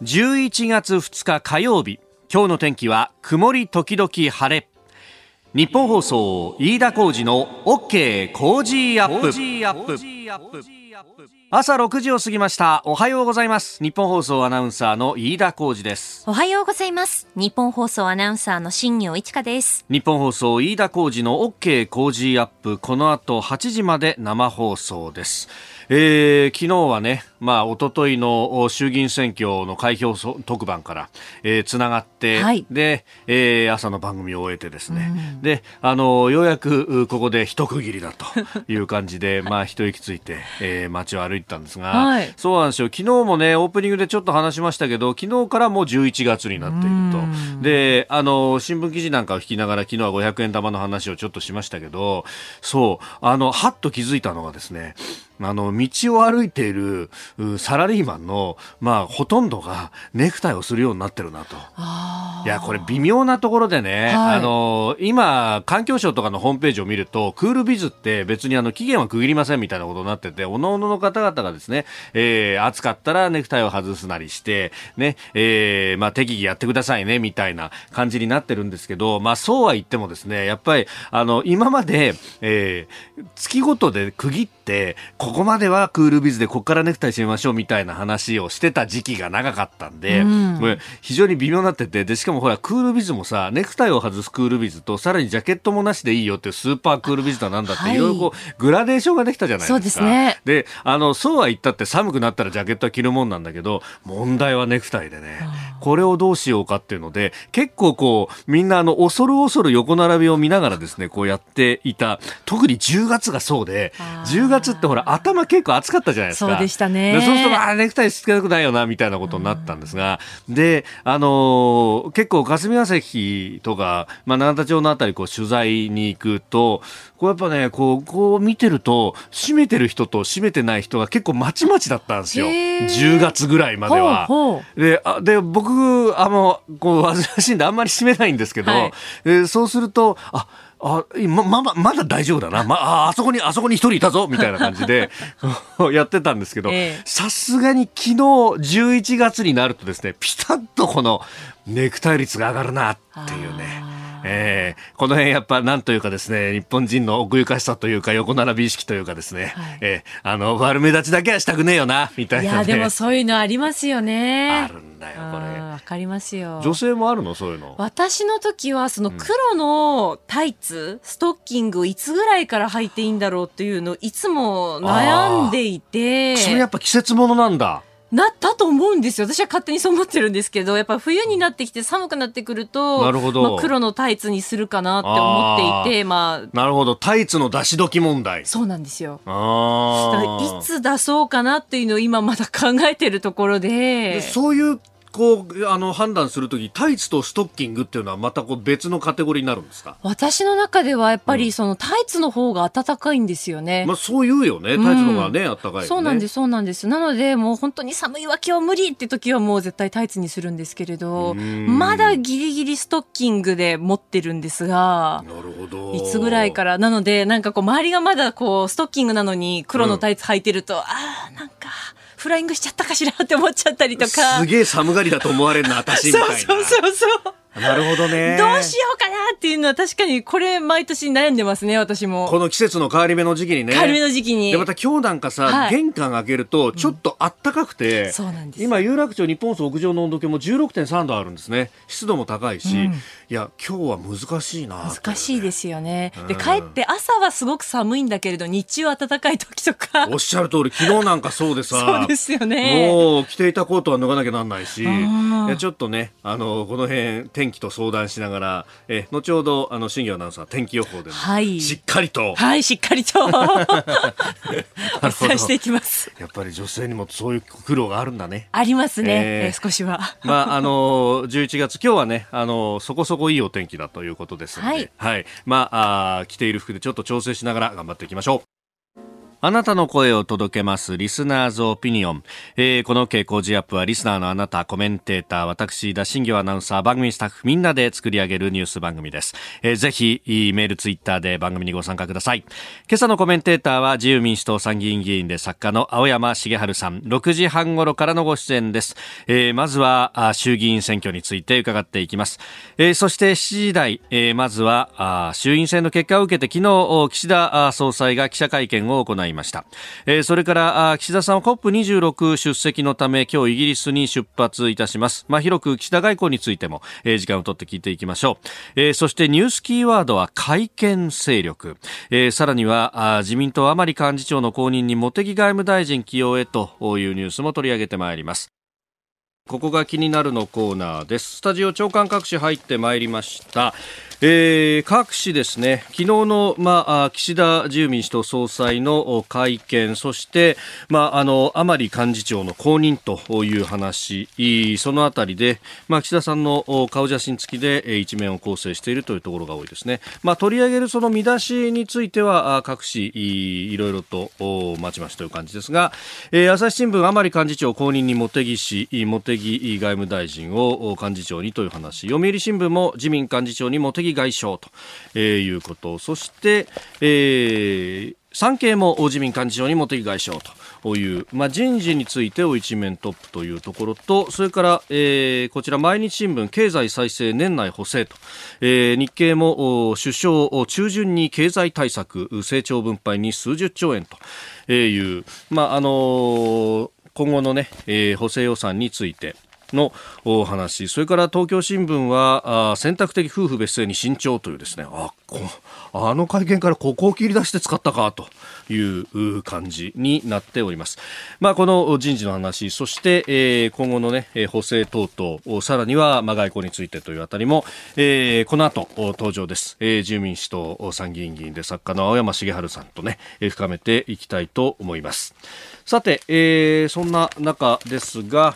11月2日火曜日、今日の天気は曇り時々晴れ。日本放送飯田浩司の OK 工事アップ。朝6時を過ぎました。おはようございます。日本放送アナウンサーの飯田浩司です。 おはようございます。日本放送アナウンサーの新業一華です。 日本放送飯田浩司の OK 工事アップ、この後8時まで生放送です。昨日はね、一昨日の衆議院選挙の開票特番から、つながって、はい、で、朝の番組を終えてですね、で、ようやくここで一区切りだという感じで、一息ついて、街を歩いてたんですが、はい、そうなんですよ。昨日もね、オープニングでちょっと話しましたけど、昨日からもう11月になっていると。で、新聞記事なんかを引きながら、昨日は500円玉の話をちょっとしましたけど、そう、はっと気づいたのがですね、道を歩いているサラリーマンの、ほとんどがネクタイをするようになってるなと。いや、これ微妙なところでね、はい、今、環境省とかのホームページを見ると、クールビズって別に期限は区切りませんみたいなことになってて、各々の方々がですね、暑かったらネクタイを外すなりして、ね、適宜やってくださいね、みたいな感じになってるんですけど、そうは言ってもですね、やっぱり、今まで、月ごとで区切って、ここまではクールビズでここからネクタイ締めましょうみたいな話をしてた時期が長かったんで、これ非常に微妙になってて、でしかもほらクールビズもさ、ネクタイを外すクールビズとさらにジャケットもなしでいいよっていうスーパークールビズだなんだっていろいろグラデーションができたじゃないですか。 そうですね。 で、そうは言ったって寒くなったらジャケットは着るもんなんだけど、問題はネクタイでね、これをどうしようかっていうので、結構こうみんな恐る恐る横並びを見ながらですね、こうやっていた。特に10月がそうで、10月ってほら頭結構暑かったじゃないですか。 そうでしたね。 でそうするとネクタイつけたくないよなみたいなことになったんですが、で、結構霞が関とか、永田町のあたりこう取材に行くと、こうやっぱね、こう見てると閉めてる人と閉めてない人が結構まちまちだったんですよ。10月ぐらいまでは。で僕こう煩わしいんであんまり閉めないんですけど、はい、そうするとまだ大丈夫だな。あそこに一人いたぞみたいな感じでやってたんですけど、さすがに昨日11月になるとですね、ピタッとこのネクタイ率が上がるなっていうね。この辺やっぱなんというかですね、日本人の奥ゆかしさというか横並び意識というかですね、はい、悪目立ちだけはしたくねえよなみたいな、ね、 いやでもそういうのありますよね。 あるんだよこれ。 わかりますよ。 女性もあるのそういうの。 私の時はその黒のタイツ、ストッキングをいつぐらいから履いていいんだろうっていうのをいつも悩んでいて。 それやっぱ季節物なんだ。 なったと思うんですよ。私は勝手にそう思ってるんですけど、やっぱ冬になってきて寒くなってくると、 なるほど、 黒のタイツにするかなって思っていて、なるほど、タイツの出し時問題。 そうなんですよ。だからいつ出そうかなっていうのを今まだ考えてるところで、 そういうこう判断するとき、タイツとストッキングっていうのはまたこう別のカテゴリーになるんですか？ 私の中ではやっぱりそのタイツの方が暖かいんですよね。 そう言うよね。タイツの方がね、暖かいよね。 そうなんです、そうなんです。なのでもう本当に寒いわ今日無理って時はもう絶対タイツにするんですけれど、まだギリギリストッキングで持ってるんですが、 なるほど。 いつぐらいからなので、なんかこう周りがまだこうストッキングなのに黒のタイツ履いてると、なんかフライングしちゃったかしらって思っちゃったりとか、 すげえ寒がりだと思われるな私みたいな。 そうなるほどね。 どうしようかなっていうのは確かにこれ毎年悩んでますね。私もこの季節の変わり目の時期にね。 変わり目の時期に。 でまた今日なんかさ、はい、玄関開けるとちょっとあったかくて、 そうなんです。 今有楽町日本放送屋上の温度計も 16.3 度あるんですね。湿度も高いし、いや今日は難しいな、ね。 難しいですよね。で帰って朝はすごく寒いんだけれど日中は暖かい時とか。 おっしゃる通り、昨日なんかそうでさそうですよね。 もう着ていたコートは脱がなきゃなんないし、いやちょっとねこの辺天気と相談しながら、後ほど新業アナウンサー天気予報でも、はい、しっかりとお伝えしていきます。 やっぱり女性にもそういう苦労があるんだね。 ありますね、少しは。 11月今日はねそこそこいいお天気だということですので、はい、着ている服でちょっと調整しながら頑張っていきましょう。 あなたの声を届けますリスナーズオピニオン、この OK 工事アップはリスナーのあなた、コメンテーター、私田新業アナウンサー、番組スタッフみんなで作り上げるニュース番組です。ぜひメールツイッターで番組にご参加ください。今朝のコメンテーターは自由民主党参議院議員で作家の青山茂春さん、6時半頃からのご出演です。まずは衆議院選挙について伺っていきます。そして7時台、まずは衆院選の結果を受けて昨日岸田総裁が記者会見を行いました。それから岸田さんは COP26 出席のため今日イギリスに出発いたします。広く岸田外交についても時間を取って聞いていきましょう。そしてニュースキーワードは改憲勢力、さらには自民党甘利幹事長の後任に茂木外務大臣起用へというニュースも取り上げてまいります。ここが気になるのコーナーです。スタジオ長官各紙入ってまいりました。各紙ですね、昨日の、岸田自由民主党総裁の会見、そして、甘利幹事長の後任という話、そのあたりで、岸田さんの顔写真付きで一面を構成しているというところが多いですね。取り上げるその見出しについては各紙いろいろとまちまちという感じですが、朝日新聞甘利幹事長後任に茂木外務大臣を幹事長にという話、読売新聞も自民幹事長に茂木外相ということ、そして、産経も自民幹事長に茂木外相という、人事についてを一面トップというところと、それから、こちら毎日新聞経済再生年内補正と、日経も首相中旬に経済対策成長分配に数十兆円という、今後のね、補正予算についてのお話、それから東京新聞は選択的夫婦別姓に慎重というですね、あの会見からここを切り出して使ったかという感じになっております。この人事の話、そして、今後のね補正等々、さらには外交についてというあたりも、この後登場です。自由民主党参議院議員で作家の青山茂春さんとね深めていきたいと思います。さて、そんな中ですが、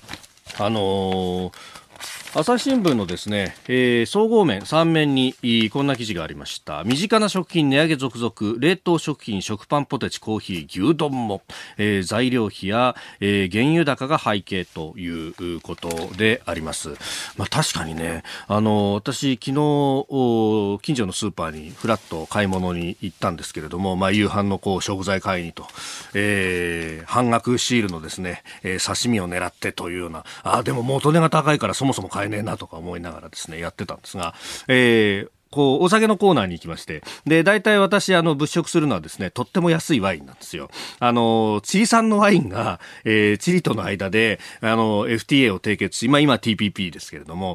朝日新聞のですね、総合面3面にこんな記事がありました。身近な食品値上げ続々、冷凍食品、食パン、ポテチ、コーヒー、牛丼も、材料費や、原油高が背景ということであります。確かにね、私昨日近所のスーパーにフラッと買い物に行ったんですけれども、夕飯の食材買いにと、半額シールのですね、刺身を狙ってというような、でも元値が高いからそもそも買えねえなとか思いながらですねやってたんですが、お酒のコーナーに行きまして、で大体私物色するのはですねとっても安いワインなんですよ。チリ産のワインが、チリとの間でFTA を締結し、今 TPP ですけれども、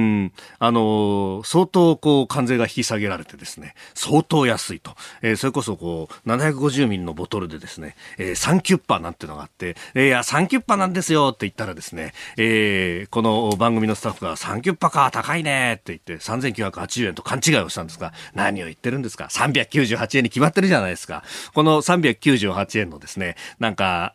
相当関税が引き下げられてですね相当安いと、それこそ750ミリのボトルでですね、サンキュッパなんてのがあって、いやサンキュッパなんですよって言ったらですね、この番組のスタッフがサンキュッパか高いねって言って3980円と勘違いをしたんですが、何を言ってるんですか、398円に決まってるじゃないですか。この398円のですね、なんか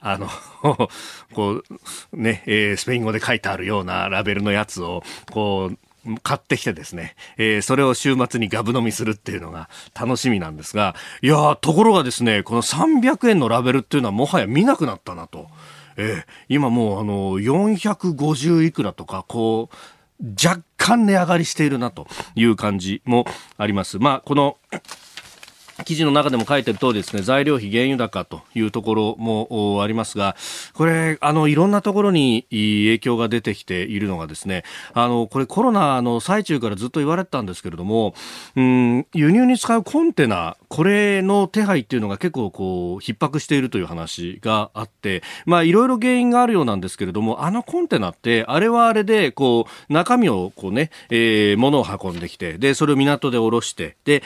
スペイン語で書いてあるようなラベルのやつを買ってきてですね、それを週末にガブ飲みするっていうのが楽しみなんですが、ところがですね、この300円のラベルっていうのはもはや見なくなったなと。今もう450いくらとか若干値上がりしているなという感じもあります。この記事の中でも書いてる通りですね、材料費原油高というところもありますが、これいろんなところに影響が出てきているのがですね、これコロナの最中からずっと言われてたんですけれども、輸入に使うコンテナ、これの手配っていうのが結構逼迫しているという話があって、いろいろ原因があるようなんですけれども、コンテナってあれはあれで中身を物を運んできて、でそれを港で下ろして、で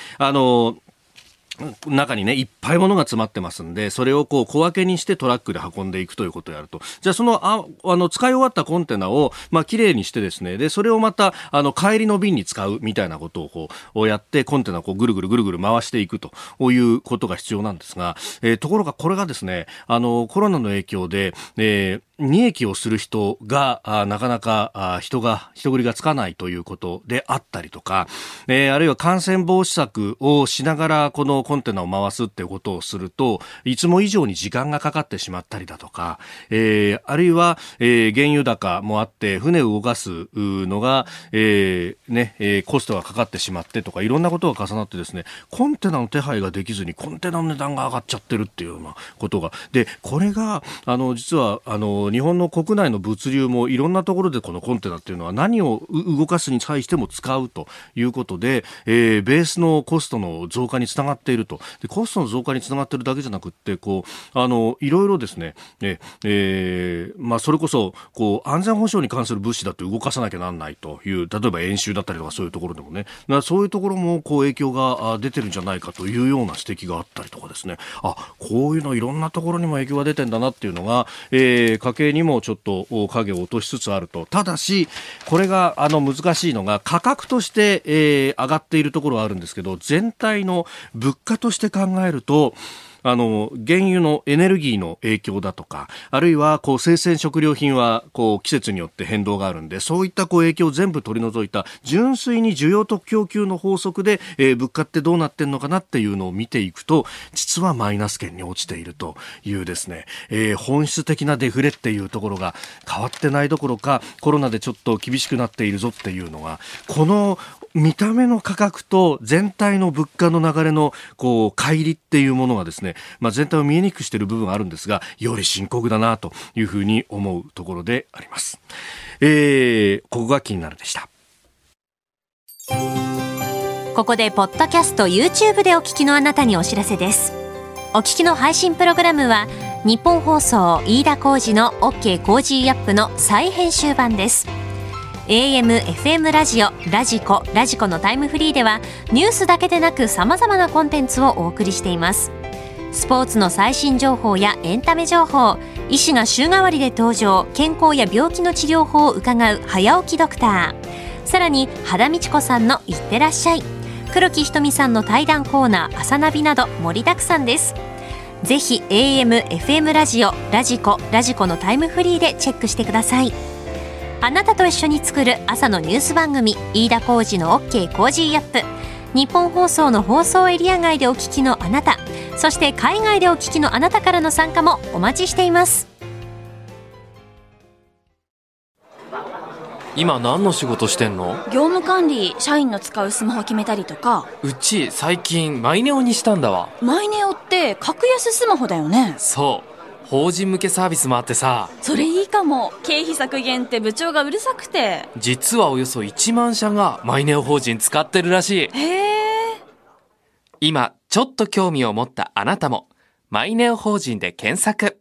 中にねいっぱい物が詰まってますんで、それを小分けにしてトラックで運んでいくということをやると、じゃあその使い終わったコンテナをきれいにしてですね、でそれをまた帰りの便に使うみたいなことをやって、コンテナをぐるぐる回していくということが必要なんですが、ところがこれがですねコロナの影響で、 煮液をする人がなかなか人繰りがつかないということであったりとか、あるいは感染防止策をしながらこのコンテナを回すっていうことをするといつも以上に時間がかかってしまったりだとか、あるいは、原油高もあって船を動かすのが、コストがかかってしまってとかいろんなことが重なってですね、コンテナの手配ができずにコンテナの値段が上がっちゃってるっていうようなことが、でこれが実は日本の国内の物流もいろんなところでこのコンテナっていうのは何を動かすに際しても使うということで、ベースのコストの増加につながっていると。でコストの増加につながっているだけじゃなくっていろいろですね、それこそ安全保障に関する物資だって動かさなきゃなんないという、例えば演習だったりとかそういうところでもね、そういうところも影響が出てるんじゃないかというような指摘があったりとかですね、こういうのいろんなところにも影響が出てんだなっていうのが、家計にもちょっと影を落としつつあると。ただしこれが難しいのが価格として、上がっているところはあるんですけど、全体の物価として考えると原油のエネルギーの影響だとか、あるいは生鮮食料品は季節によって変動があるんで、そういった影響を全部取り除いた純粋に需要と供給の法則で、物価ってどうなってんのかなっていうのを見ていくと、実はマイナス圏に落ちているというですね、本質的なデフレっていうところが変わってないどころか、コロナでちょっと厳しくなっているぞっていうのが、この見た目の価格と全体の物価の流れの乖離っていうものがですね、全体を見えにくくしている部分があるんですが、より深刻だなというふうに思うところであります。ここが気になるでした。 ここでポッドキャスト YouTube でお聞きのあなたにお知らせです。お聞きの配信プログラムは日本放送飯田浩司の OK コージーアップの再編集版です。AM、FM ラジオ、ラジコのタイムフリーではニュースだけでなく様々なコンテンツをお送りしています。スポーツの最新情報やエンタメ情報、医師が週替わりで登場、健康や病気の治療法を伺う早起きドクター。さらに羽田美智子さんのいってらっしゃい、黒木ひとみさんの対談コーナー朝ナビなど盛りだくさんです。ぜひ AM、FM ラジオ、ラジコのタイムフリーでチェックしてください。あなたと一緒に作る朝のニュース番組、飯田浩司の OK コージーアップ。日本放送の放送エリア外でお聞きのあなた、そして海外でお聞きのあなたからの参加もお待ちしています。 今何の仕事してんの？ 業務管理、社員の使うスマホ決めたりとか。 うち最近マイネオにしたんだわ。 マイネオって格安スマホだよね。 そう、法人向けサービスもあってさ。 それいいかも。経費削減って部長がうるさくて。 実はおよそ1万社がマイネオ法人使ってるらしい。 へー。 今ちょっと興味を持ったあなたもマイネオ法人で検索。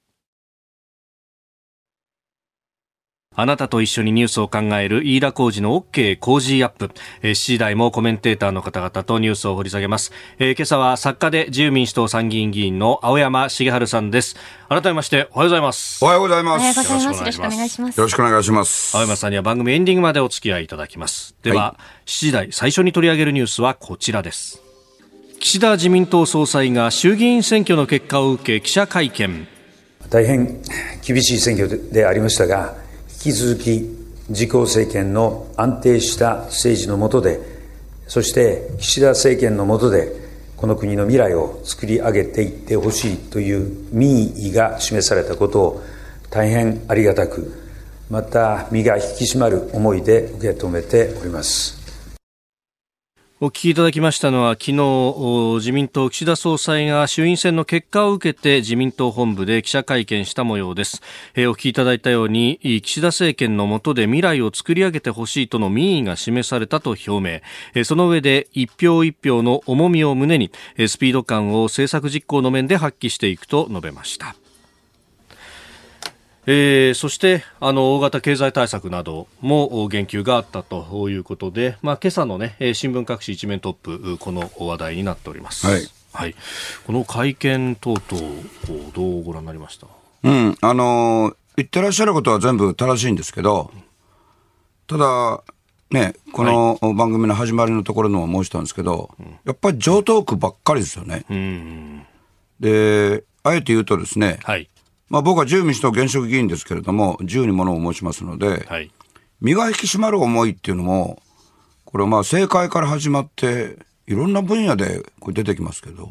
あなたと一緒にニュースを考える飯田浩司の OK コージーアップ。7時台もコメンテーターの方々とニュースを掘り下げます。今朝は作家で自由民主党参議院議員の青山茂春さんです。改めましておはようございます。 おはようございます。 よろしくお願いします。 よろしくお願いします。 青山さんには番組エンディングまでお付き合いいただきます。では、7時台最初に取り上げるニュースはこちらです。岸田自民党総裁が衆議院選挙の結果を受け記者会見。 大変厳しい選挙でありましたが、引き続き自公政権の安定した政治の下で、そして岸田政権の下でこの国の未来を作り上げていってほしいという民意が示されたことを大変ありがたく、また身が引き締まる思いで受け止めております。 お聞きいただきましたのは、昨日自民党岸田総裁が衆院選の結果を受けて自民党本部で記者会見した模様です。お聞きいただいたように、岸田政権の下で未来を作り上げてほしいとの民意が示されたと表明。その上で一票一票の重みを胸にスピード感を政策実行の面で発揮していくと述べました。そして大型経済対策なども言及があったということで、今朝の、新聞各紙一面トップ、この話題になっております。はい、この会見等々どうご覧になりました？ 言ってらっしゃることは全部正しいんですけど、ただね、この番組の始まりのところのも申したんですけど、やっぱり常套句ばっかりですよね。で、あえて言うとですね、 僕は自由民主党現職議員ですけれども、自由にものを申しますので、 はい、 身が引き締まる思いっていうのも、これは政界から始まっていろんな分野でこれ出てきますけど、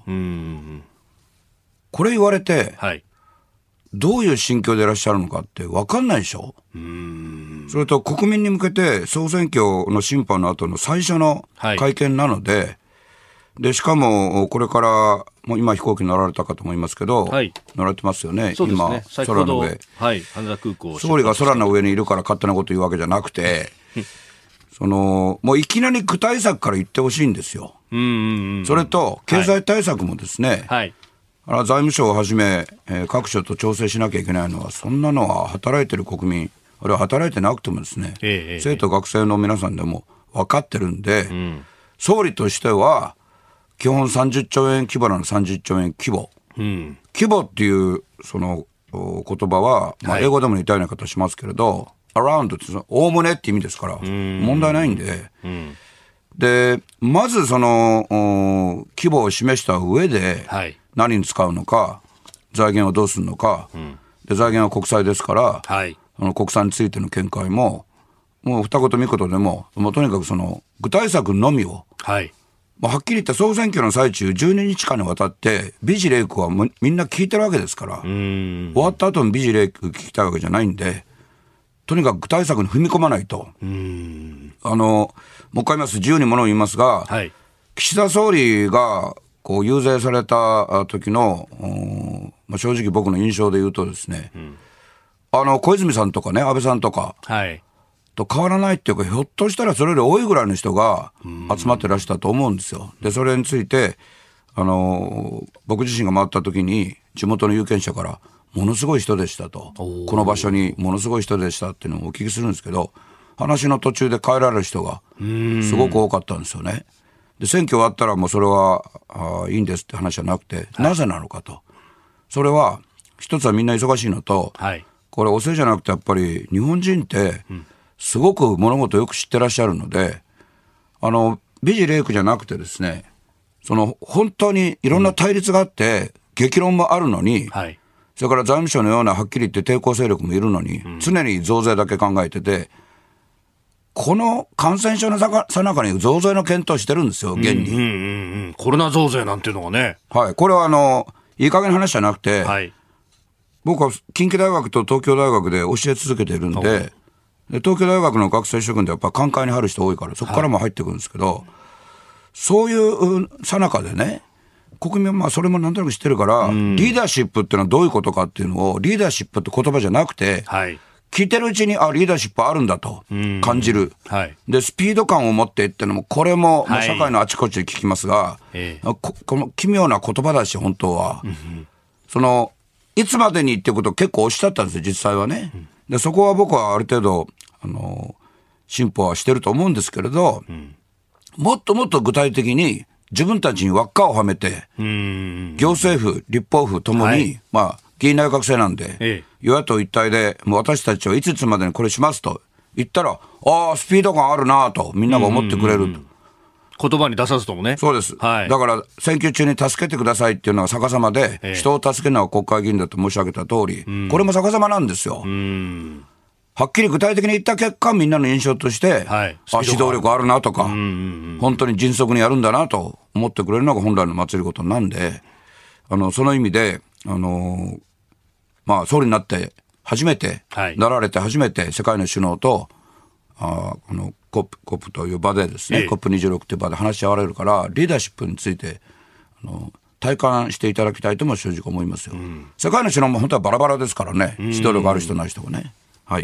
これ言われて、 はい、 どういう心境でいらっしゃるのかって分かんないでしょ。それと国民に向けて総選挙の審判の後の最初の会見なので、でしかもこれからもう今飛行機に乗られたかと思いますけど、乗られてますよね。 そうですね、 今空の上、 羽田空港、 総理が空の上にいるから勝手なこと言うわけじゃなくてもういきなり具体策から言ってほしいんですよ。それと経済対策もですね、財務省をはじめ、各省と調整しなきゃいけないのは、そんなのは働いてる国民、あるいは働いてなくてもですね、生徒学生の皆さんでも分かってるんで、総理としては基本30兆円規模なの30兆円規模、規模っていうその言葉は、英語でも似たような言い方しますけれど、around っておおむねって意味ですから問題ないんで、でまずその規模を示した上で、何に使うのか、財源をどうするのか、で財源は国債ですから、国債についての見解ももう二言三言でも、もうとにかくその具体策のみを、はっきり言って総選挙の最中12日間にわたって美辞麗句はみんな聞いてるわけですから、終わった後に美辞麗句聞きたいわけじゃないんで、とにかく具体策に踏み込まないと。もう一回言います、自由にものを言いますが、岸田総理がこう遊説された時の、正直僕の印象で言うとですね、小泉さんとかね、安倍さんとか、と変わらないっていうか、ひょっとしたらそれより多いぐらいの人が集まってらしたと思うんですよ。でそれについて僕自身が回った時に地元の有権者からものすごい人でしたと、この場所にものすごい人でしたっていうのをお聞きするんですけど、話の途中で帰られる人がすごく多かったんですよね。で選挙終わったらもうそれはいいんですって話じゃなくて、なぜなのかと。それは一つはみんな忙しいのと、これお世辞じゃなくてやっぱり日本人ってすごく物事をよく知ってらっしゃるので、美辞麗句じゃなくてですね、その本当にいろんな対立があって、激論もあるのに、それから財務省のようなはっきり言って抵抗勢力もいるのに、常に増税だけ考えてて、この感染症のさなかに増税の検討してるんですよ、現に。 コロナ増税なんていうのがね。 これはいい加減な話じゃなくて、僕は近畿大学と東京大学で教え続けているんで、東京大学の学生諸君でやっぱ寛解に入る人多いから、そこからも入ってくるんですけど、そういうさなかでね、国民はそれもなんとなく知ってるから、リーダーシップっていうのはどういうことかっていうのを、リーダーシップって言葉じゃなくて、聞いてるうちにリーダーシップあるんだと感じる、でスピード感を持ってっていうのも、これも、社会のあちこちで聞きますが、この奇妙な言葉だし、本当は、いつまでにっていうことを結構おっしゃったんですよ、実際はね。でそこは僕はある程度進歩はしてると思うんですけれど、もっともっと具体的に自分たちに輪っかをはめて、行政府立法府ともに、議員内閣制なんで、与野党一体でもう私たちはいつつまでにこれしますと言ったら、スピード感あるなとみんなが思ってくれると。 言葉に出さずともね。 そうです、だから選挙中に助けてくださいっていうのは逆さまで、人を助けるのは国会議員だと申し上げた通り、これも逆さまなんですよ。はっきり具体的に言った結果、みんなの印象として、指導力あるなとか、本当に迅速にやるんだなと思ってくれるのが本来の祭りごとなんで、その意味で総理になって初めて、なられて初めて世界の首脳とCOP という場でですね、COP26 という場で話し合われるから、リーダーシップについて体感していただきたいとも正直思いますよ。世界の首脳も本当はバラバラですからね、指導力ある人ない人がね。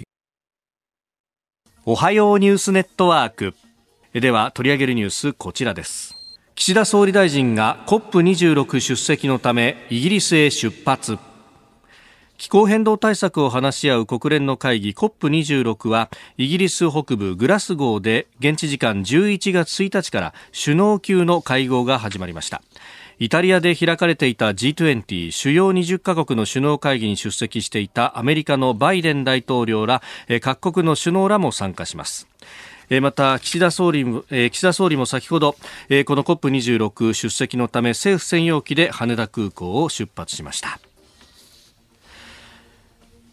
おはようニュースネットワークでは取り上げるニュース、こちらです。岸田総理大臣が COP26 出席のためイギリスへ出発。気候変動対策を話し合う国連の会議 COP26 はイギリス北部グラスゴーで現地時間11月1日から首脳級の会合が始まりました。イタリアで開かれていた G20 主要20カ国の首脳会議に出席していたアメリカのバイデン大統領ら各国の首脳らも参加します。また岸田総理も先ほどこの COP26 出席のため政府専用機で羽田空港を出発しました。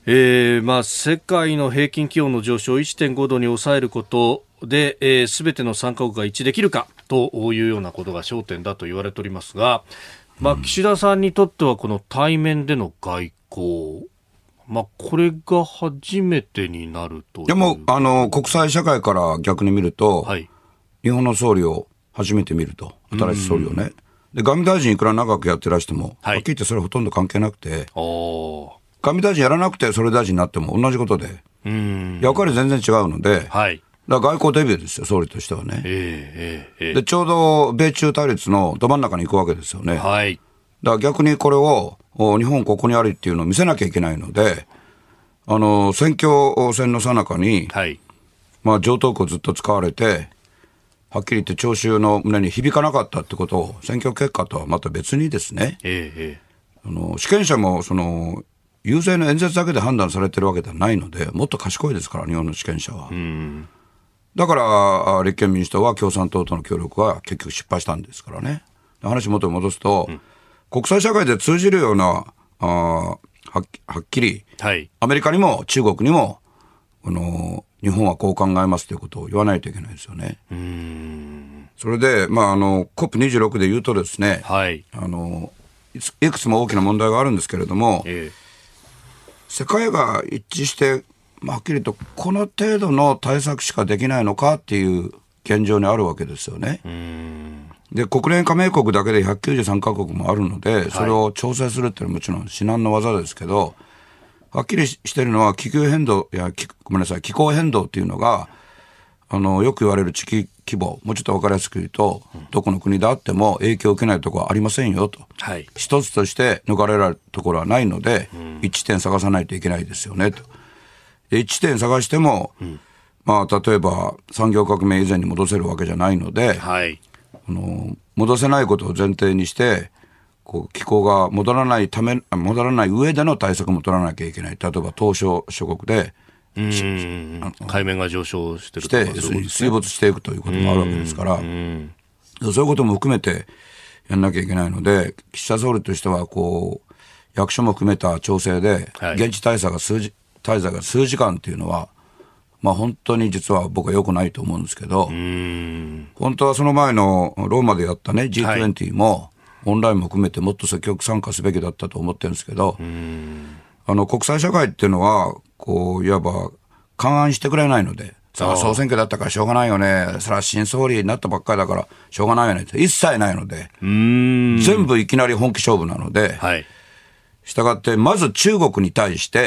世界の平均気温の上昇を 1.5 度に抑えることで、全ての参加国が一致できるかというようなことが焦点だと言われておりますが、岸田さんにとってはこの対面での外交、これが初めてになるという。でも国際社会から逆に見ると、日本の総理を初めて見ると、新しい総理をね。で外務大臣いくら長くやってらしても、はっきり言ってそれはほとんど関係なくて、外務大臣やらなくて総理大臣になっても同じことで、役割全然違うので、だから外交デビューですよ、総理としてはね。でちょうど米中対立のど真ん中に行くわけですよね。だから逆にこれを日本ここにありっていうのを見せなきゃいけないので、選挙戦の最中に、常套句をずっと使われて、はっきり言って聴衆の胸に響かなかったってことを選挙結果とはまた別にですね、主権者も遊説の演説だけで判断されてるわけではないので、もっと賢いですから日本の主権者は。だから立憲民主党は共産党との協力は結局失敗したんですからね。話元に戻すと、国際社会で通じるようなはっきり、アメリカにも中国にも日本はこう考えますということを言わないといけないですよね。それで、COP26 で言うとですね、いくつも大きな問題があるんですけれども、世界が一致して、はっきりとこの程度の対策しかできないのかっていう現状にあるわけですよね。で国連加盟国だけで193カ国もあるので、それを調整するっていうのはもちろん至難の技ですけど、はっきりしているのは気候変動っていうのがよく言われる地域規模、もうちょっと分かりやすく言うと、どこの国であっても影響を受けないところはありませんよと、一つとして抜かれられるところはないので、一致点探さないといけないですよねと。で一致点探しても、例えば産業革命以前に戻せるわけじゃないので、戻せないことを前提にして気候が戻らない上での対策も取らなきゃいけない。例えば東証諸国で海面が上昇してるとか水没していくということもあるわけですから、そういうことも含めてやんなきゃいけないので、岸田総理としては役所も含めた調整で、現地滞在が数時間っていうのは、本当に実は僕は良くないと思うんですけど、本当はその前のローマでやったね G20 も、オンラインも含めてもっと積極参加すべきだったと思ってるんですけど、国際社会っていうのはいわば勘案してくれないので、総選挙だったからしょうがないよね、それは新総理になったばっかりだからしょうがないよねって一切ないので、全部いきなり本気勝負なので、したがってまず中国に対して、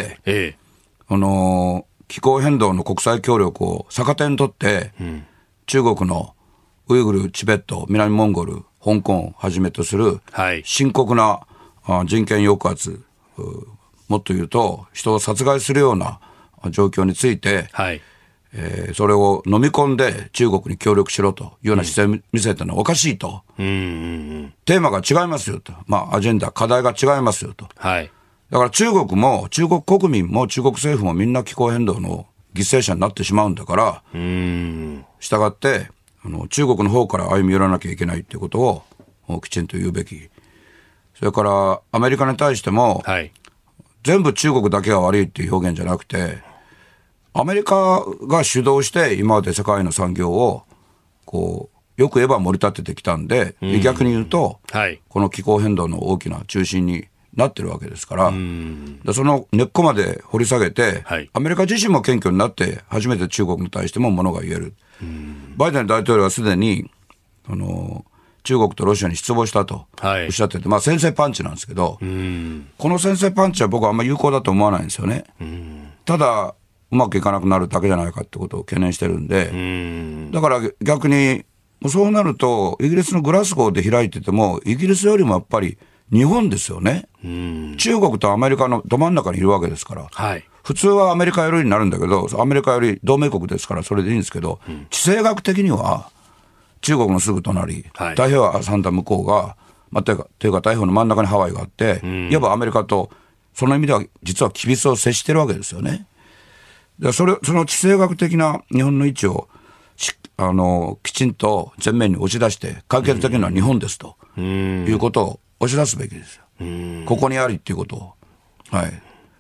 気候変動の国際協力を逆手にとって、中国のウイグル、チベット、南モンゴル、香港をはじめとする深刻な人権抑圧、もっと言うと人を殺害するような状況について、それを飲み込んで中国に協力しろというような姿勢を見せたのはおかしいと、テーマが違いますよと、アジェンダ、課題が違いますよと、だから中国も中国国民も中国政府もみんな気候変動の犠牲者になってしまうんだから、したがって中国の方から歩み寄らなきゃいけないということをきちんと言うべき。それからアメリカに対しても、全部中国だけが悪いっていう表現じゃなくて、アメリカが主導して今まで世界の産業をよく言えば盛り立ててきたんで、逆に言うと、この気候変動の大きな中心になってるわけですから、その根っこまで掘り下げて、アメリカ自身も謙虚になって初めて中国に対してもものが言える。バイデン大統領はすでに中国とロシアに失望したとおっしゃってて、先制パンチなんですけど、この先制パンチは僕はあんまり有効だと思わないんですよね。ただうまくいかなくなるだけじゃないかってことを懸念してるんで、だから逆にそうなるとイギリスのグラスゴーで開いててもイギリスよりもやっぱり日本ですよね。中国とアメリカのど真ん中にいるわけですから、普通はアメリカ寄りになるんだけど、アメリカより同盟国ですからそれでいいんですけど、地政学的には中国のすぐ隣、太平洋挟んだ向こうが、というか太平洋の真ん中にハワイがあって、いわばアメリカとその意味では実は厳しさを接してるわけですよね。でその地政学的な日本の位置をきちんと前面に押し出して解決的なのは日本ですということを押し出すべきですよ。ここにありっていうことを。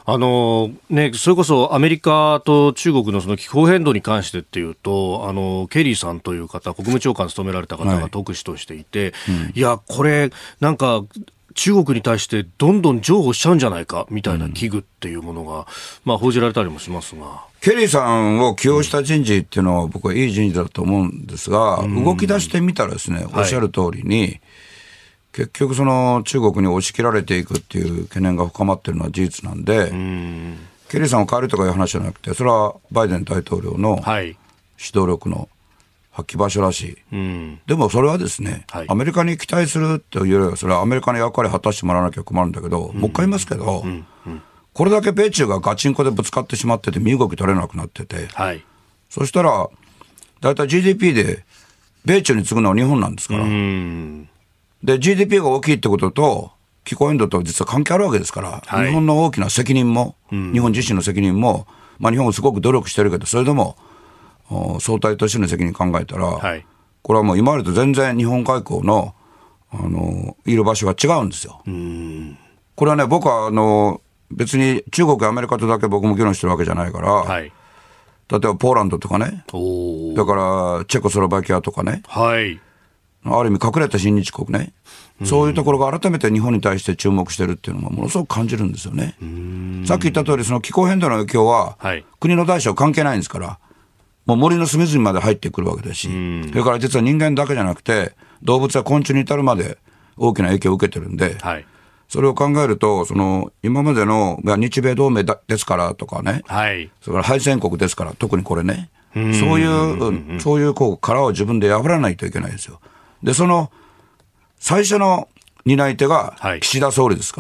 ね、それこそアメリカと中国のその気候変動に関してっていうと、ケリーさんという方、国務長官を務められた方が特使としていて、いや、これ、なんか、中国に対してどんどん譲歩しちゃうんじゃないかみたいな危惧っていうものが、報じられたりもしますが。 ケリーさんを起用した人事っていうのは僕はいい人事だと思うんですが、動き出してみたらですね、おっしゃる通りに、結局その中国に押し切られていくっていう懸念が深まっているのは事実なんで、ケリーさんを変えるとかいう話じゃなくて、それはバイデン大統領の指導力の発揮場所らしい、でもそれはですね、アメリカに期待するというよりはそれはアメリカの役割を果たしてもらわなきゃ困るんだけど、もう一回言いますけど、これだけ米中がガチンコでぶつかってしまってて身動き取れなくなってて、そしたらだいたい GDP で米中に次ぐのは日本なんですから、で GDP が大きいってことと気候変動と実は関係あるわけですから、日本の大きな責任も、日本自身の責任も、日本はすごく努力してるけど、それでも相対としての責任考えたら、これはもう今までと全然日本外交の、いる場所が違うんですよ。これはね、僕は別に中国やアメリカとだけ僕も議論してるわけじゃないから、例えばポーランドとかね、だからチェコスロバキアとかね、ある意味隠れた親日国ね、そういうところが改めて日本に対して注目してるっていうのがものすごく感じるんですよね。さっき言った通り、その気候変動の影響は、国の大小関係ないんですから、もう森の隅々まで入ってくるわけですし、それから実は人間だけじゃなくて動物や昆虫に至るまで大きな影響を受けてるんで、それを考えると、その今までの日米同盟ですからとかね、それから敗戦国ですから、特にこれね、そういうこう殻を自分で破らないといけないですよ。でその最初の担い手が岸田総理ですから、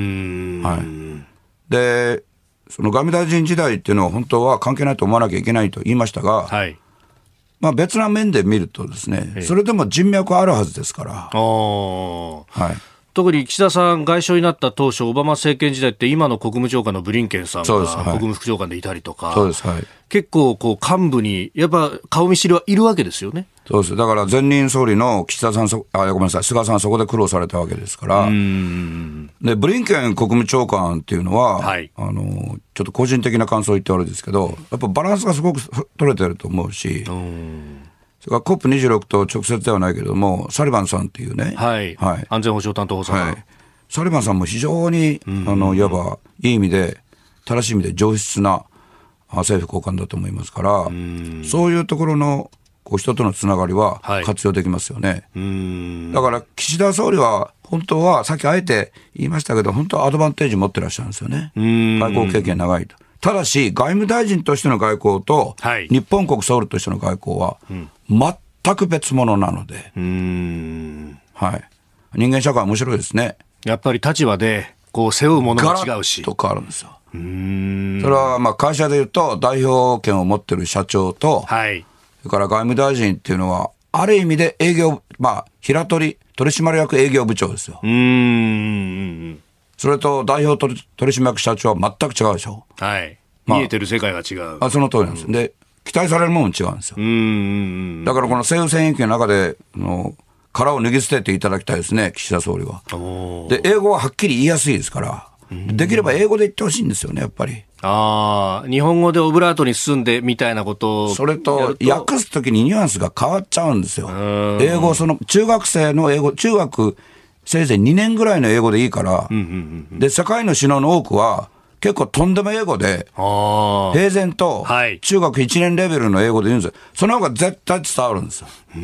でその外務大臣時代っていうのは本当は関係ないと思わなきゃいけないと言いましたが、別な面で見るとですね、それでも人脈はあるはずですから。 特に岸田さん外相になった当初、オバマ政権時代って今の国務長官のブリンケンさんが国務副長官でいたりとか、結構こう幹部にやっぱ顔見知りはいるわけですよね。 そうです。だから前任総理の岸田さん、ごめんなさい、菅さんそこで苦労されたわけですから。でブリンケン国務長官っていうのは、ちょっと個人的な感想を言ってあるんですけど、やっぱバランスがすごく取れてると思うし、それから COP26 と直接ではないけれども、サリバンさんっていうね、 安全保障担当補佐官、 サリバンさんも非常にいわばいい意味で正しい意味で上質な政府高官だと思いますから、そういうところのこう人とのつながりは活用できますよね。だから岸田総理は本当はさっきあえて言いましたけど、本当はアドバンテージ持ってらっしゃるんですよね。外交経験長いと。ただし外務大臣としての外交と、日本国総理としての外交は全く別物なので、人間社会は面白いですね。やっぱり立場でこう背負うものが違うし、 ガラッと変わるんですよ。それは会社でいうと代表権を持ってる社長と、それから外務大臣っていうのはある意味で営業、平取締役営業部長ですよ。それと代表取締役社長は全く違うでしょ。 見えてる世界が違う。 その通りなんです。で期待されるものも違うんですよ。だからこの政府戦役の中で殻を脱ぎ捨てていただきたいですね、岸田総理は。で英語ははっきり言いやすいですから、できれば英語で言ってほしいんですよね、やっぱり。 日本語でオブラートに進んでみたいなことを。 それと訳すときにニュアンスが変わっちゃうんですよ。英語、中学生の英語、中学せいぜい2年ぐらいの英語でいいから、で世界の首脳の多くは結構とんでも英語で平然と中学1年レベルの英語で言うんですよ。その方が絶対伝わるんですよ。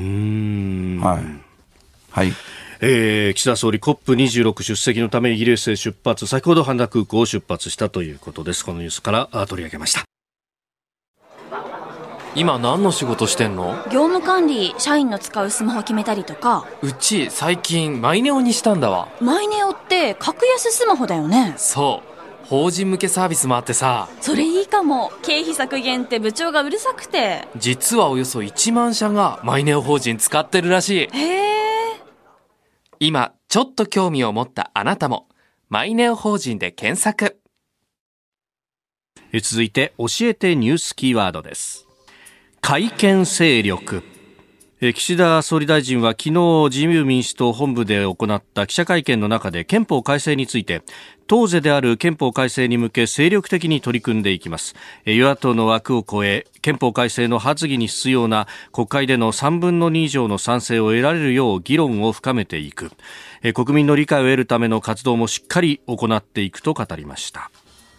岸田総理 COP26 出席のためイギリスへ出発、先ほど羽田空港を出発したということです。このニュースから取り上げました。 今何の仕事してんの？ 業務管理、社員の使うスマホ決めたりとか。 うち最近マイネオにしたんだわ。 マイネオって格安スマホだよね。 そう、法人向けサービスもあってさ。 それいいかも。経費削減って部長がうるさくて。 実はおよそ1万社がマイネオ法人使ってるらしい。今ちょっと興味を持ったあなたもマイネオ法人で検索。 続いて教えてニュースキーワードです。改憲勢力。 岸田総理大臣は昨日自由民主党本部で行った記者会見の中で憲法改正について党是である憲法改正に向け精力的に取り組んでいきます。与野党の枠を超え憲法改正の発議に必要な国会での3分の2以上の賛成を得られるよう議論を深めていく、国民の理解を得るための活動もしっかり行っていくと語りました。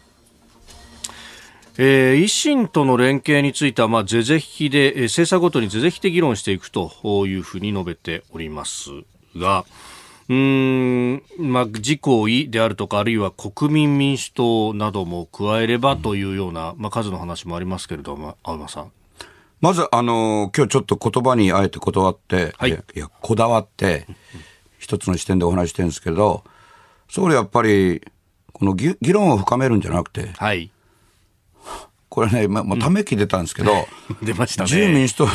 維新との連携については、是々非で、政策ごとに是々非で議論していくというふうに述べておりますが、自公意であるとか、あるいは国民民主党なども加えればというような、数の話もありますけれども、青山さん。 まず、今日ちょっと言葉にあえてこだわって、こだわって、一つの視点でお話してるんですけど、総理やっぱり、この議論を深めるんじゃなくて、はい。これね、ため息出たんですけど、 出ましたね。 自由民主党って、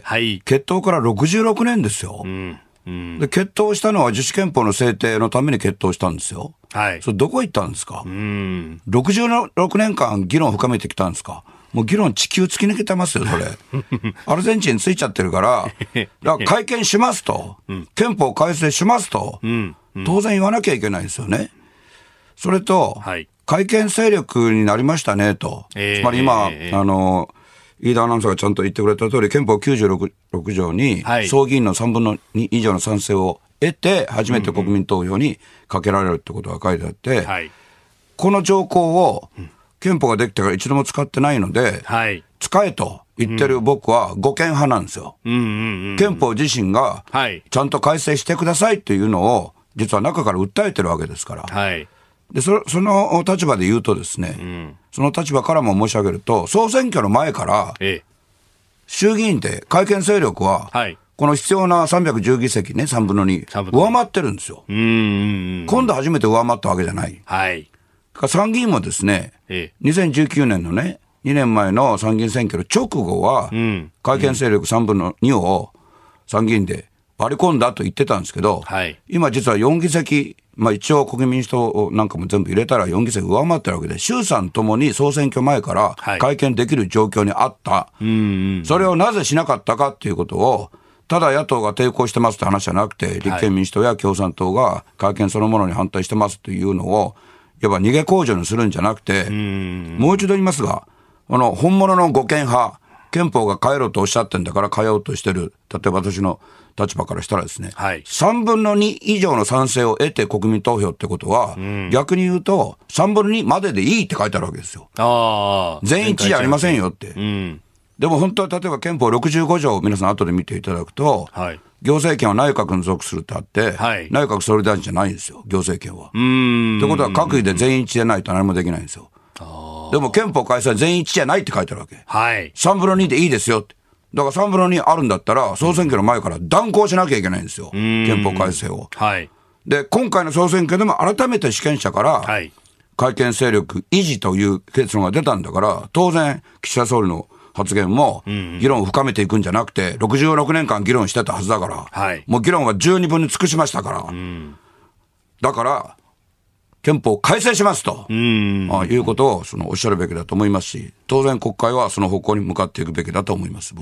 結党から66年ですよ。で決闘したのは自主憲法の制定のために決闘したんですよ。はい。それどこ行ったんですか。66年間議論を深めてきたんですか。もう議論地球突き抜けてますよ、それ。アルゼンチンついちゃってるから、だから会見しますと、憲法改正しますと、当然言わなきゃいけないですよね。それと、改憲勢力になりましたねと。つまり今、飯田アナウンサーがちゃんと言ってくれた通り、憲法96条に、総議員の3分の2以上の賛成を得て、初めて国民投票にかけられるってことが書いてあって、この条項を、憲法ができてから一度も使ってないので、使えと言ってる僕は護憲派なんですよ。憲法自身が、ちゃんと改正してくださいっていうのを、実は中から訴えてるわけですから。でその立場で言うとですね、その立場からも申し上げると、総選挙の前から、衆議院で改憲勢力は、この必要な310議席ね、3分の2、上回ってるんですよ。今度初めて上回ったわけじゃない。参議院もですね、2019年のね、2年前の参議院選挙の直後は、改憲勢力3分の2を参議院で割り込んだと言ってたんですけど、今実は4議席、一応国民民主党なんかも全部入れたら4議席上回ってるわけで、衆参ともに総選挙前から改憲できる状況にあった。それをなぜしなかったかっていうことを、ただ野党が抵抗してますって話じゃなくて、立憲民主党や共産党が改憲そのものに反対してますっていうのを、いわば逃げ控除にするんじゃなくて、もう一度言いますが、本物の護憲派、憲法が変えろとおっしゃってんだから変えようとしてる、例えば私の立場からしたらですね、3分の2以上の賛成を得て国民投票ってことは、逆に言うと、3分の2まででいいって書いてあるわけですよ。全員一致じゃありませんよって。でも本当は例えば憲法65条を皆さん後で見ていただくと、行政権は内閣に属するってあって、内閣総理大臣じゃないんですよ、行政権は。ということは閣議で全員一致でないと何もできないんですよ。でも憲法改正は全員一致じゃないって書いてあるわけ。3分の2でいいですよって。だから3分の2あるんだったら、総選挙の前から断行しなきゃいけないんですよ。憲法改正を。で、今回の総選挙でも改めて主権者から、改憲勢力維持という結論が出たんだから、当然、岸田総理の発言も、議論を深めていくんじゃなくて、66年間議論してたはずだから、もう議論は十二分に尽くしましたから、だから、憲法改正しますと、いうことをおっしゃるべきだと思いますし、当然国会はその方向に向かっていくべきだと思います、僕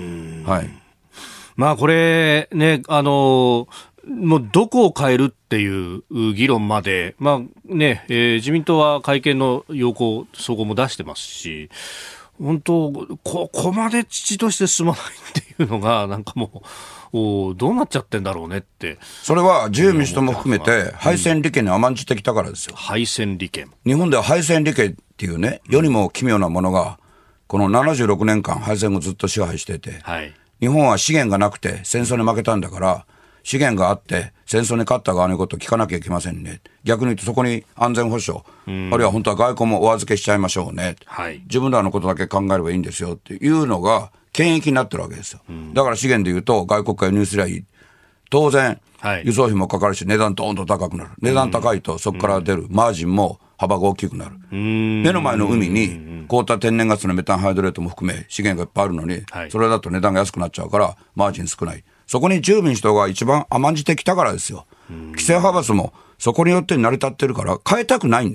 は。 これね、もうどこを変えるっていう議論まで、自民党は改憲の要項、総合も出してますし、本当、ここまで父として進まないっていうのが、なんかもう、どうなっちゃってんだろうねって。 それは自由民主党も含めて、敗戦利権に甘んじてきたからですよ。 敗戦利権。 日本では敗戦利権っていうね、世にも奇妙なものが、この76年間敗戦をずっと支配していて、日本は資源がなくて戦争に負けたんだから、資源があって戦争に勝った側のことを聞かなきゃいけませんね。逆に言うとそこに安全保障、あるいは本当は外交もお預けしちゃいましょうね。自分らのことだけ考えればいいんですよっていうのが権益になってるわけですよ。だから資源で言うと外国から輸入すりゃいい。当然、輸送費もかかるし値段どんどん高くなる。値段高いとそこから出るマージンも幅が大きくなる。目の前の海に凍った天然ガスのメタンハイドレートも含め資源がいっぱいあるのに、それだと値段が安くなっちゃうからマージン少ない。そこに自由民主党が一番甘んじてきたからですよ。規制派閥もそこによって成り立ってるから変えたくないんですよ。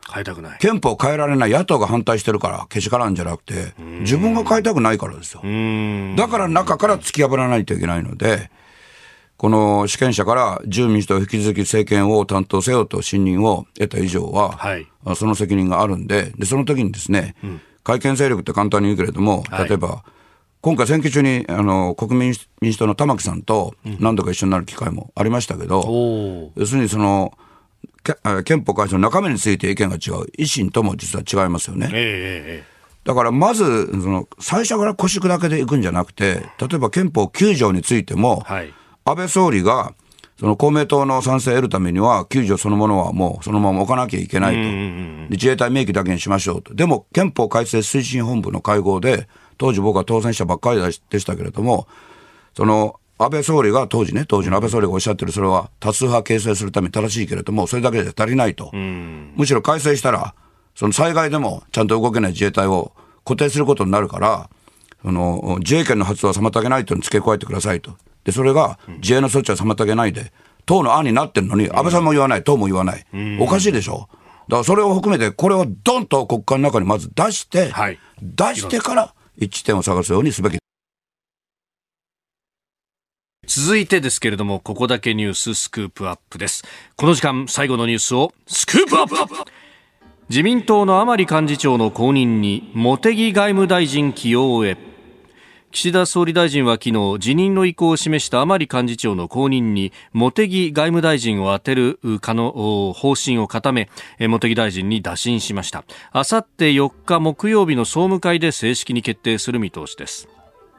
変えたくない。 憲法を変えられない野党が反対してるからけしからんじゃなくて、自分が変えたくないからですよ。だから中から突き破らないといけないので、この主権者から自由民主党を引き続き政権を担当せよと信任を得た以上は、はい、その責任があるんで、その時にですね、改憲勢力って簡単に言うけれども、例えば、はい、今回選挙中に国民民主党の玉木さんと何度か一緒になる機会もありましたけど、要するにその憲法改正の中身について意見が違う、維新とも実は違いますよね。だからまずその最初から腰砕けでいくんじゃなくて、例えば憲法9条についても、はい、安倍総理がその公明党の賛成を得るためには9条そのものはもうそのまま置かなきゃいけないと、で自衛隊明記だけにしましょうと。でも憲法改正推進本部の会合で、当時僕は当選者ばっかりでしたけれども、その安倍総理が当時の安倍総理がおっしゃってる、それは多数派形成するために正しいけれども、それだけじゃ足りないと。むしろ改正したらその災害でもちゃんと動けない自衛隊を固定することになるから、その自衛権の発動は妨げないというのを付け加えてくださいと。でそれが自衛の措置は妨げないで、党の案になってるのに安倍さんも言わない、党も言わない、おかしいでしょ。だからそれを含めてこれをドンと国会の中にまず出して、はい、出してから一致点を探すようにすべき。 続いてですけれども、ここだけニューススクープアップです。この時間最後のニュースをスクープアップ。自民党の甘利幹事長の後任に茂木外務大臣起用へ。岸田総理大臣は昨日辞任の意向を示した甘利幹事長の後任に茂木外務大臣を充てる方針を固め、茂木大臣に打診しました。あさって4日木曜日の総務会で正式に決定する見通しです。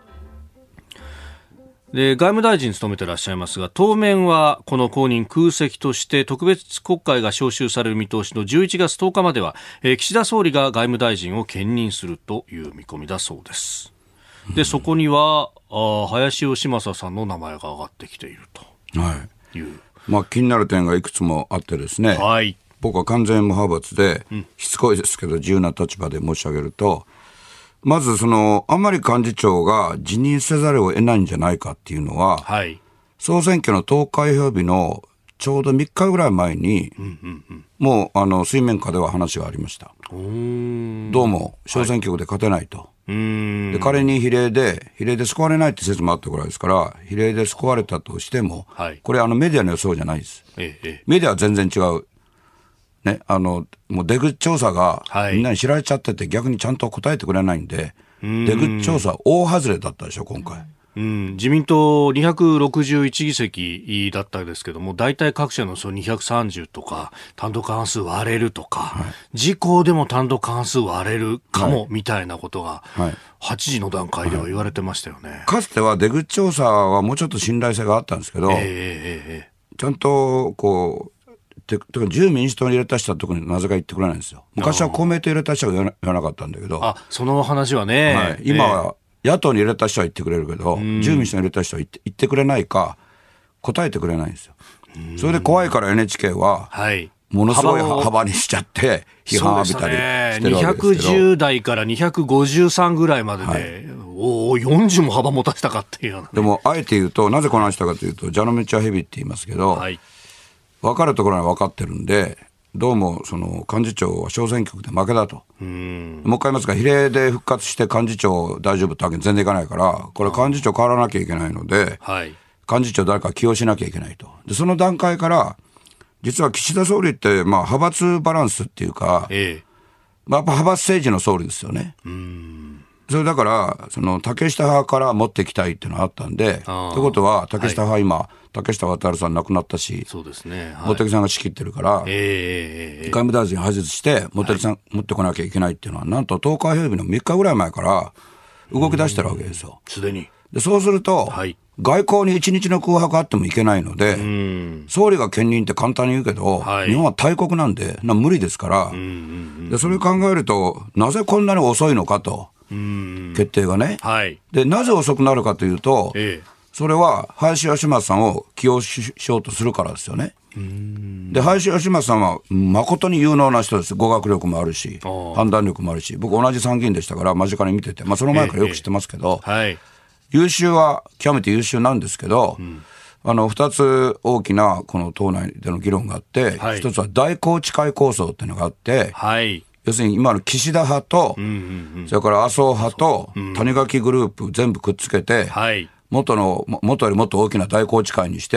で、外務大臣務めていらっしゃいますが、当面はこの後任空席として特別国会が召集される見通しの11月10日までは、岸田総理が外務大臣を兼任するという見込みだそうです。でそこには林芳正さんの名前が上がってきているという、 はい、気になる点がいくつもあってですね、はい、僕は完全無派閥で、しつこいですけど自由な立場で申し上げると、まずその甘利幹事長が辞任せざるを得ないんじゃないかっていうのは、はい、総選挙の投開票日のちょうど3日ぐらい前に、もう水面下では話がありました。どうも小選挙区で勝てないと、はい、で仮に比例で救われないって説もあったぐらいですから、比例で救われたとしても、はい、これメディアの予想じゃないです、メディアは全然違う、ね、もう出口調査がみんなに知られちゃってて、逆にちゃんと答えてくれないんで、出口調査大外れだったでしょ今回。 自民党261議席だったんですけども、大体各社の230とか単独過半数割れるとか、はい、自公でも単独過半数割れるかも、みたいなことが8時の段階では言われてましたよね、 かつては出口調査はもうちょっと信頼性があったんですけど、ちゃんとこう自由民主党に入れた人は特になぜか言ってくれないんですよ。昔は公明党入れた人は言わなかったんだけど、 その話はね、 はい、今は野党に入れた人は言ってくれるけど、自由民主党に入れた人は言ってくれないか答えてくれないんですよ。それで怖いから NHK はものすごい幅にしちゃって批判を浴びたりしてるわけですけど、 210代から253ぐらいまでで、はい、40も幅持たせたかっていうような、 でもあえて言うと、なぜこの話したかというと、蛇の道は蛇って言いますけど、はい、分かるところは分かってるんで、どうもその幹事長は小選挙区で負けだと。もう一回言いますが、比例で復活して幹事長大丈夫ってわけに全然いかないから、これ幹事長変わらなきゃいけないので、はい、幹事長誰か起用しなきゃいけないと。でその段階から実は岸田総理って派閥バランスっていうか、やっぱ派閥政治の総理ですよね。それだからその竹下派から持っていきたいっていうのがあったんで、ということは竹下派、はい、今竹下亘さん亡くなったし、 そうですね、はい、 茂木さんが仕切ってるから、外務大臣を外して茂木さん、持ってこなきゃいけないっていうのは、なんと投開票日の3日ぐらい前から動き出してるわけですよ。 すでに。 でそうすると、はい、外交に1日の空白あってもいけないので、総理が兼任って簡単に言うけど、はい、日本は大国なんで無理ですから、でそれを考えるとなぜこんなに遅いのかと、決定がね、はい、でなぜ遅くなるかというと、それは林芳正さんを起用 しようとするからですよね。で林芳正さんは誠に有能な人です。語学力もあるし判断力もあるし、僕同じ参議院でしたから間近に見てて、その前からよく知ってますけど、はい、優秀は極めて優秀なんですけど、 2つ大きなこの党内での議論があって、 はい、 1つは大宏池会構想っていうのがあって、 はい、 要するに今の岸田派と、それから麻生派と谷垣グループ全部くっつけて、はい、元よりもっと大きな大宏池会にして、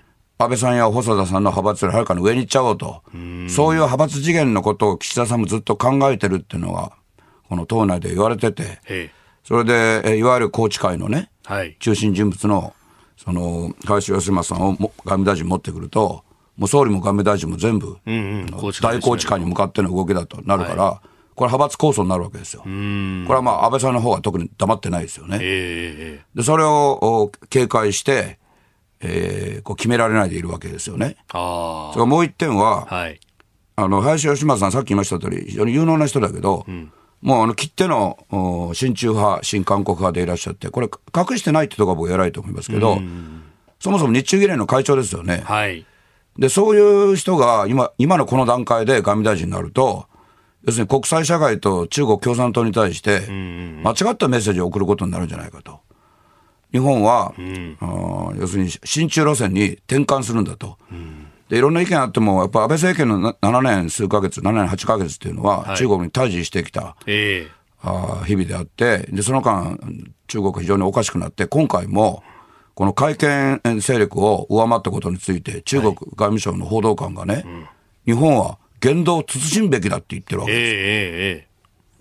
安倍さんや細田さんの派閥よりはるかに上に行っちゃおうと、そういう派閥次元のことを岸田さんもずっと考えてるっていうのがこの党内で言われてて、それでいわゆる宏池会のね、はい、中心人物のその林芳正さんを外務大臣持ってくると、もう総理も外務大臣も全部、大宏池会に向かっての動きだとなるから、はい、これ派閥構想になるわけですよ。これはまあ安倍さんの方は特に黙ってないですよね。でそれを警戒して、こう決められないでいるわけですよね。それからもう一点は、はい、林芳正さんさっき言いました通り非常に有能な人だけど、もう切手の親中派新韓国派でいらっしゃって、これ隠してないってところは僕偉いと思いますけど、そもそも日中議連の会長ですよね。はい、でそういう人が今のこの段階で外務大臣になると、要するに国際社会と中国共産党に対して間違ったメッセージを送ることになるんじゃないかと。日本は、要するに親中路線に転換するんだと。でいろんな意見あっても、やっぱ安倍政権の7年8ヶ月っていうのは、はい、中国に対峙してきた、日々であって、でその間中国が非常におかしくなって、今回もこの改憲勢力を上回ったことについて中国外務省の報道官がね、日本は言動を慎むべきだって言ってるわけです。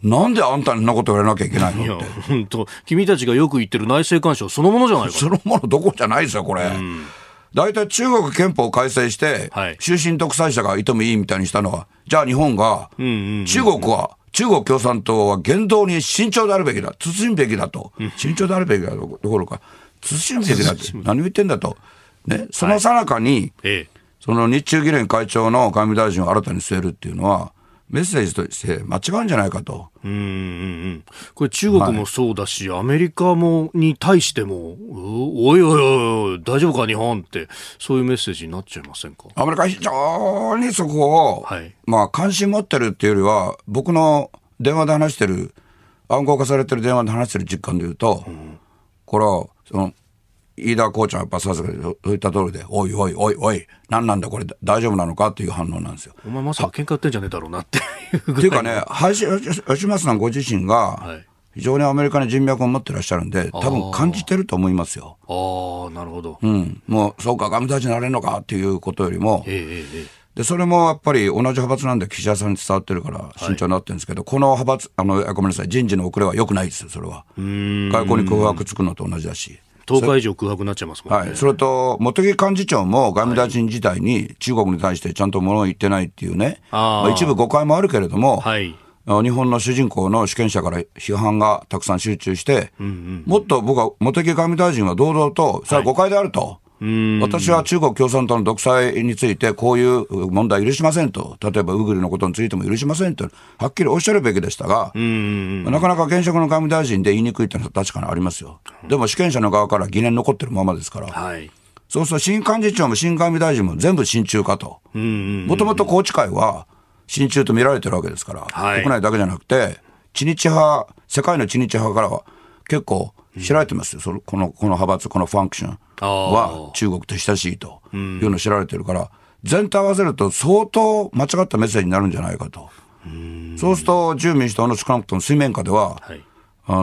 なんであんたにそんなこと言われなきゃいけないのって。 本当、君たちがよく言ってる内政干渉そのものじゃないか。 そのものどこじゃないですよこれ。大体中国憲法を改正して、はい、終身独裁者がいてもいいみたいにしたのは、じゃあ日本が、中国共産党は言動に慎重であるべきだ、慎むべきだと、慎重であるべきだどころか、慎むべきだって何を言ってんだと、ね、その最中に、その日中議連会長の外務大臣を新たに据えるっていうのは、メッセージとして間違うんじゃないかと。 これ中国もそうだし、はい、アメリカもに対してもおいおいおい大丈夫か日本って、そういうメッセージになっちゃいませんか。 アメリカは非常にそこを、はい、まあ関心持ってるっていうよりは、僕の電話で話してる暗号化されてる電話で話してる実感で言うと、これはその飯田コーチはやっぱさすがにそういった通りで、おいおいおいおい何なんだこれ大丈夫なのかっていう反応なんですよ。 お前まさか喧嘩売ってんじゃねえだろうなっていうっていうかね、林正さんご自身が非常にアメリカに人脈を持ってらっしゃるんで、多分感じてると思いますよ。 なるほど。 もうそうか外務大臣になれるのかっていうことよりも、でそれもやっぱり同じ派閥なんで岸田さんに伝わってるから慎重になってるんですけど、この派閥ごめんなさい、人事の遅れは良くないですよ。それは外交に空白つくのと同じだし、 10日以上空白になっちゃいますもんね。 はい、それと茂木幹事長も外務大臣時代に中国に対してちゃんと物を言ってないっていうね、一部誤解もあるけれども、はい、日本の主人公の主権者から批判がたくさん集中して、もっと僕は茂木外務大臣は堂々とそれは誤解であると、私は中国共産党の独裁についてこういう問題許しませんと、例えばウグルのことについても許しませんとはっきりおっしゃるべきでしたが、なかなか現職の外務大臣で言いにくいというのは確かにありますよ。でも主権者の側から疑念残ってるままですから、はい、そうすると新幹事長も新外務大臣も全部親中かと。もともと宏池会は親中と見られてるわけですから、はい、国内だけじゃなくて知日派、世界の知日派からは結構知られてますよ。この派閥、このファンクションは中国と親しいというのを知られてるから、全体合わせると相当間違ったメッセージになるんじゃないかと。そうすると自由民主党の少なくとも水面下では、はい、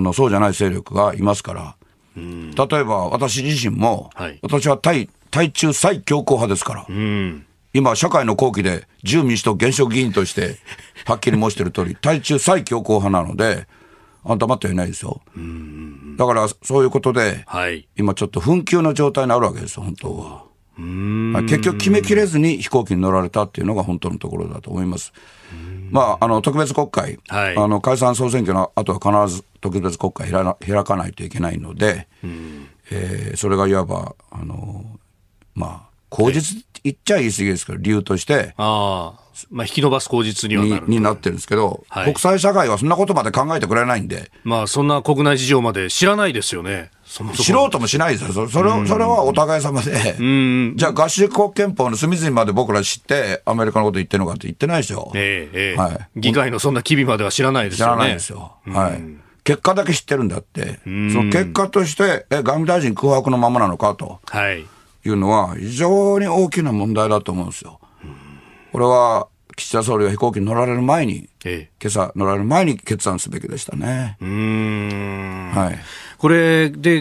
そうじゃない勢力がいますから、例えば私自身も、はい、私は対中最強硬派ですから、今社会の後期で自由民主党現職議員としてはっきり申している通り対中最強硬派なので、黙ってはいないですよ。だからそういうことで、はい、今ちょっと紛糾の状態にあるわけですよ本当は。結局決めきれずに飛行機に乗られたっていうのが本当のところだと思います。まあ、特別国会、はい、解散総選挙の後は必ず特別国会開かないといけないので、それがいわばまあ口実言っちゃ言い過ぎですけど理由としてまあ、引き延ばす口実にはなるになってるんですけど、はい、国際社会はそんなことまで考えてくれないんで、 まあ、そんな国内事情まで知らないですよね。 知ろうともしないですよ。それはお互い様で、じゃあ合衆国憲法の隅々まで僕ら知ってアメリカのこと言ってるのかって言ってないですよ。 はい、議会のそんな機微までは知らないですよね。 知らないですよ。はい、結果だけ知ってるんだって、その結果として外務大臣空白のままなのかと、はい、 いうのは非常に大きな問題だと思うんですよ。これは岸田総理が飛行機に乗られる前に、今朝乗られる前に決断すべきでしたね。はい。 これで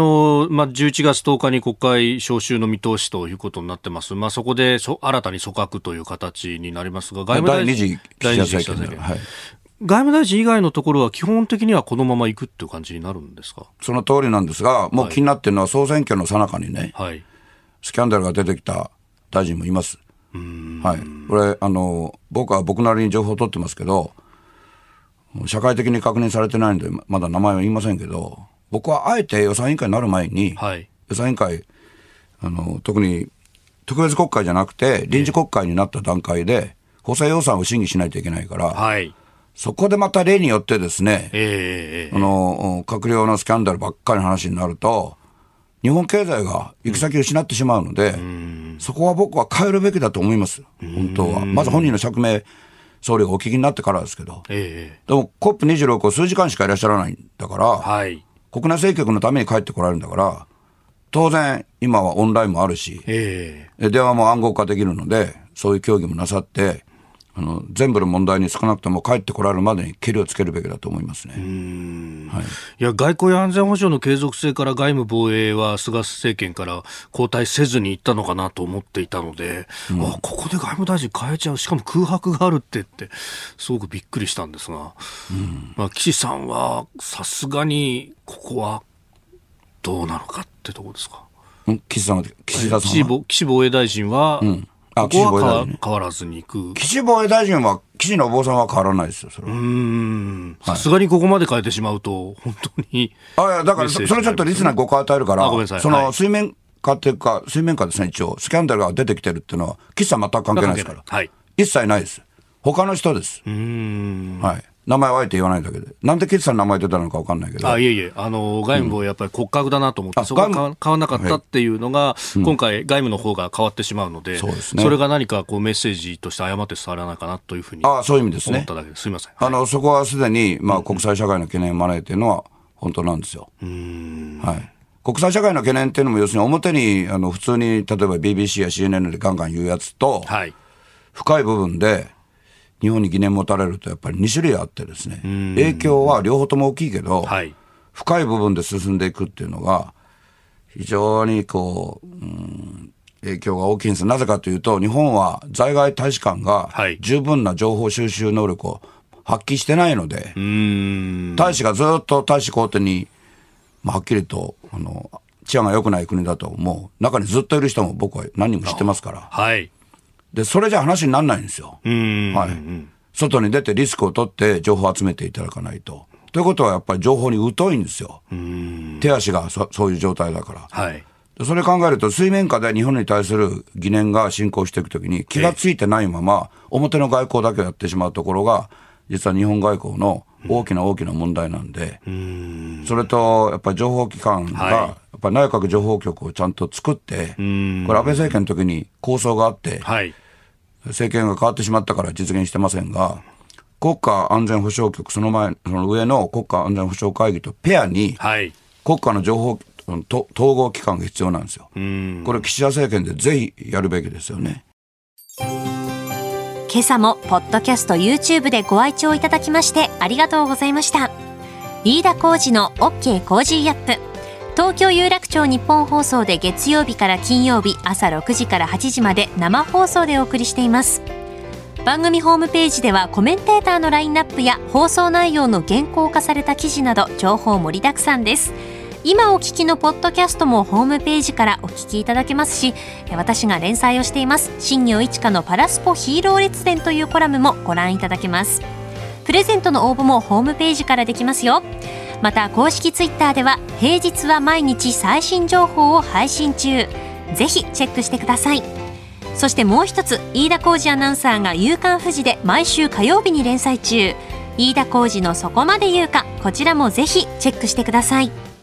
11月10日に国会召集の見通しということになってます。そこで新たに組閣という形になりますが、外務大臣第二次岸田政権、はい、 外務大臣以外のところは基本的にはこのまま行くっていう感じになるんですか？ その通りなんですが、もう気になってるのは総選挙の最中にね、はい、スキャンダルが出てきた大臣もいます。はい、これ僕は僕なりに情報を取ってますけど、社会的に確認されてないのでまだ名前は言いませんけど、僕はあえて予算委員会になる前に、はい、予算委員会特に特別国会じゃなくて臨時国会になった段階で補正予算を審議しないといけないから、はい、そこでまた例によってですね、閣僚のスキャンダルばっかりの話になると日本経済が行き先を失ってしまうので、そこは僕は変えるべきだと思います。本当はまず本人の釈明総理がお聞きになってからですけど、でも COP26 を数時間しかいらっしゃらないんだから、はい、国内政局のために帰ってこられるんだから、当然今はオンラインもあるし、電話も暗号化できるのでそういう協議もなさって全部の問題に少なくとも帰ってこられるまでにけりをつけるべきだと思いますね。 はい、いや外交や安全保障の継続性から外務防衛は菅政権から交代せずにいったのかなと思っていたので、ここで外務大臣変えちゃう、しかも空白があるってすごくびっくりしたんですが、岸さんはさすがにここはどうなのかってところですか？ 岸防衛大臣は、ここは変わらずにいく。 岸防衛大臣は、岸信夫さんは変わらないですよ、それは。 さすがにここまで変えてしまうと、本当に。 だから、それちょっとリスナーに誤解を与えるから、水面下っていうか、水面下ですね、一応、スキャンダルが出てきてるっていうのは、岸さん全く関係ないですから。はい。一切ないです。他の人です。はい。名前はあえて言わないだけで。なんで岸さんの名前出たのか分かんないけど。 いえ、外務部はやっぱり骨格だなと思って、そこが変わらなかったっていうのが、今回外務の方が変わってしまうので、それが何かメッセージとして誤って伝わらないかなというふうに思っただけです。すみません。 そこはすでに、国際社会の懸念を招いているのは本当なんですよ。はい。国際社会の懸念っていうのも要するに表に普通に例えば BBC や CNN でガンガン言うやつと、はい、深い部分で日本に疑念持たれるとやっぱり2種類あってですね、影響は両方とも大きいけど、はい、深い部分で進んでいくっていうのが非常に影響が大きいんです。なぜかというと日本は在外大使館が十分な情報収集能力を発揮してないので、大使がずっと大使公邸に、はっきりと治安が良くない国だともう中にずっといる人も僕は何人も知ってますから、はい、でそれじゃ話にならないんですよ。はい、外に出てリスクを取って情報を集めていただかないと。ということはやっぱり情報に疎いんですよ。手足がそういう状態だから、はい、でそれ考えると水面下で日本に対する疑念が進行していくときに気がついてないまま表の外交だけをやってしまうところが実は日本外交の大きな問題なんで、それとやっぱり情報機関がやっぱり内閣情報局をちゃんと作って、これ安倍政権の時に構想があって、はい、政権が変わってしまったから実現してませんが、国家安全保障局その上の国家安全保障会議とペアに、はい、国家の情報統合機関が必要なんですよ。これ岸田政権でぜひやるべきですよね。 今朝もポッドキャスト YouTube でご愛聴いただきましてありがとうございました。飯田浩司の OK コージーアップ、東京有楽町日本放送で月曜日から金曜日朝6時から8時まで生放送でお送りしています。番組ホームページではコメンテーターのラインナップや放送内容の原稿化された記事など情報盛りだくさんです。今お聞きのポッドキャストもホームページからお聞きいただけますし、私が連載をしています新業一華のパラスポヒーロー列伝というコラムもご覧いただけます。プレゼントの応募もホームページからできますよ。また公式ツイッターでは平日は毎日最新情報を配信中、ぜひチェックしてください。そしてもう一つ、飯田浩司アナウンサーが夕刊フジで毎週火曜日に連載中、飯田浩司のそこまで言うか、こちらもぜひチェックしてください。